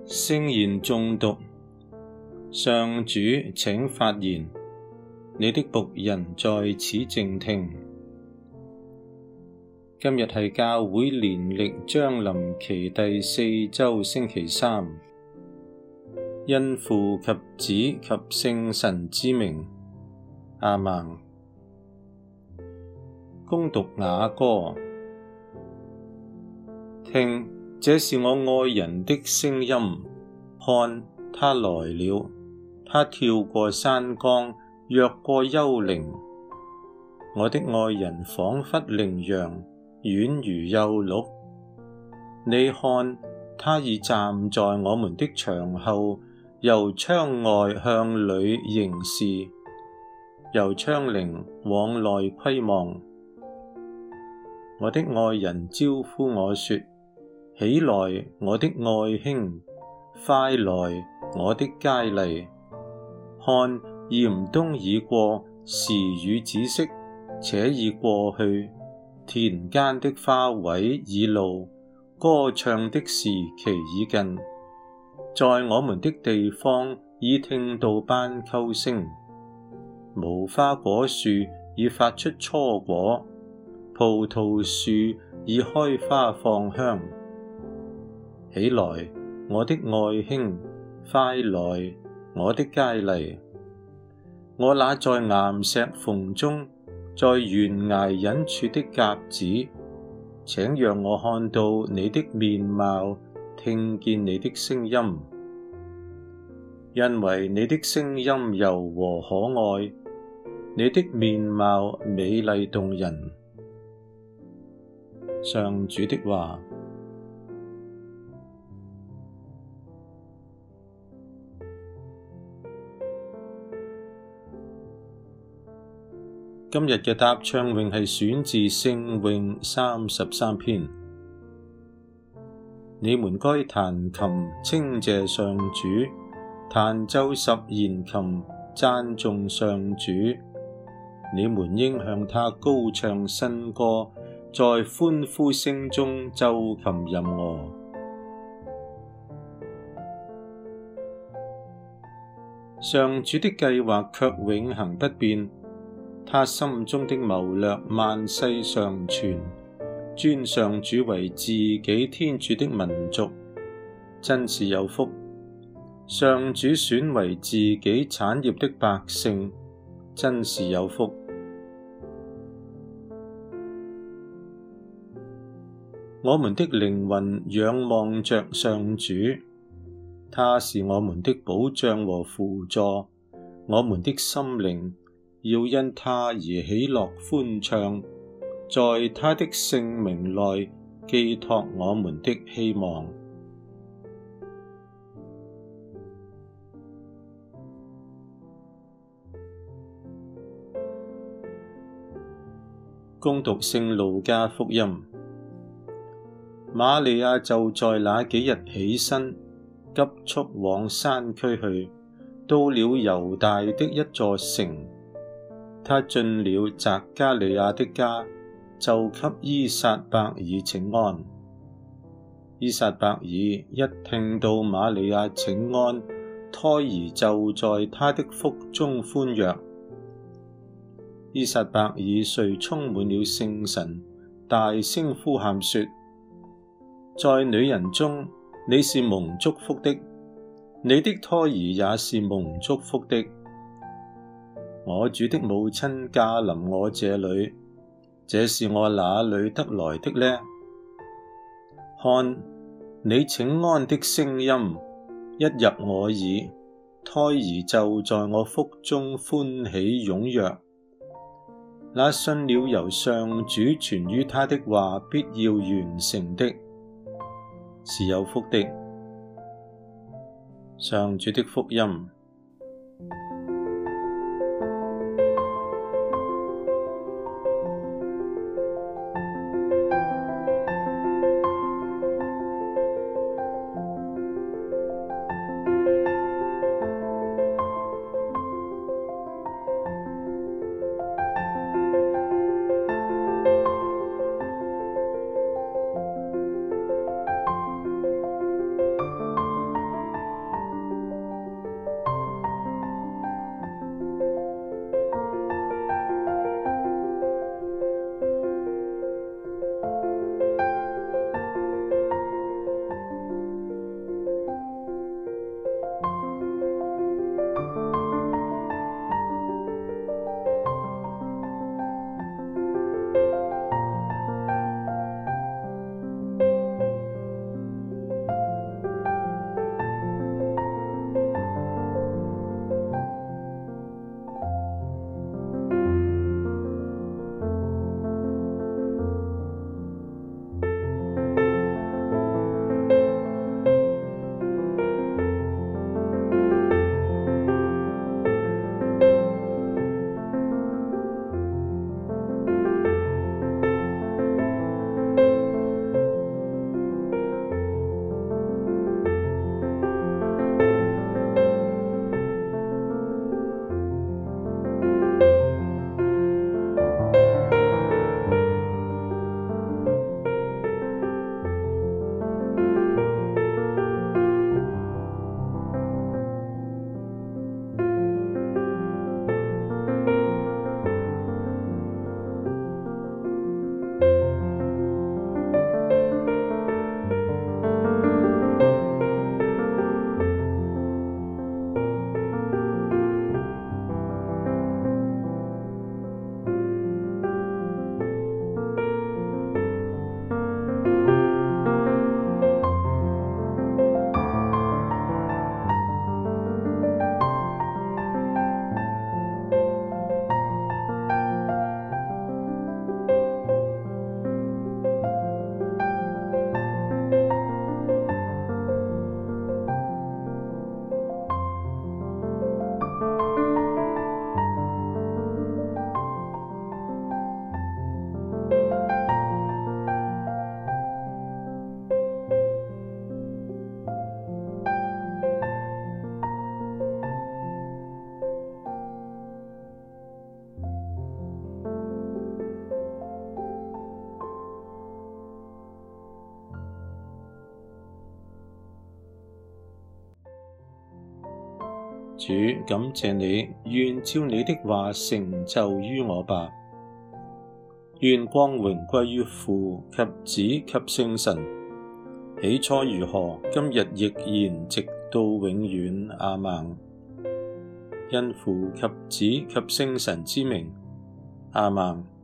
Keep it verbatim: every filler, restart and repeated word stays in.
聖言誦讀。上主，請發言，你的僕人在此靜聽。今日係教會年曆將臨期第四周星期三，因父及子及聖神之名，阿們。恭讀雅歌。聽，這是我愛人的聲音，看，他來了，他跳過山岡，躍過幽靈。我的愛人仿佛羚羊，軟如幼鹿。你看，他已站在我們的牆後，由窗外向裏凝視，由窗棂往內窺望。我的愛人招呼我說：起來，我的愛兄，快來，我的佳麗。看，嚴冬已過，時雨止息，且已過去，田間的花卉已露，歌唱的時期已近。在我們的地方已聽到斑鳩聲，無花果樹已發出初果，葡萄樹已開花放香。起來，我的愛兄，快來，我的佳麗。我那在岩石縫中，在懸崖隱處的鴿子，請讓我看到你的面貌，聽見你的聲音，因為你的聲音柔和可愛，你的面貌美麗動人。上主的話。今日嘅答唱詠係選自聖詠三十三篇。你們該彈琴稱謝上主，彈奏十弦琴讚頌上主。你們應向他高唱新歌，在歡呼聲中奏琴吟樂。上主的計劃卻永恆不變，他心中的謀略萬世常存，尊上主為自己天主的民族，真是有福。上主選為自己產業的百姓，真是有福。我們的靈魂仰望着上主，他是我們的保障和扶助，我們的心靈要因他而喜樂歡暢，在他的聖名內寄託我們的希望。恭讀聖路加福音。瑪利亞就在那幾日起身，急速往山區去，到了猶大的一座城。他進了匝加利亞的家，就給依撒伯爾請安。依撒伯爾一聽到瑪利亞請安，胎兒就在她的腹中歡躍。依撒伯爾遂充滿了聖神，大聲呼喊說：在女人中，你是蒙祝福的，你的胎兒也是蒙祝福的。我主的母親駕臨我這裏，這是我哪裏得來的呢？看，你請安的聲音一入我耳，胎兒就在我腹中歡喜踴躍。那信了由上主傳於他的話必要完成的，是有福的。上主的福音。 主，感謝你，願照你的話成就於我吧。願光榮歸於父及子及聖神，起初如何，今日亦然，直到永遠。阿們。因父及子及聖神之名。阿們。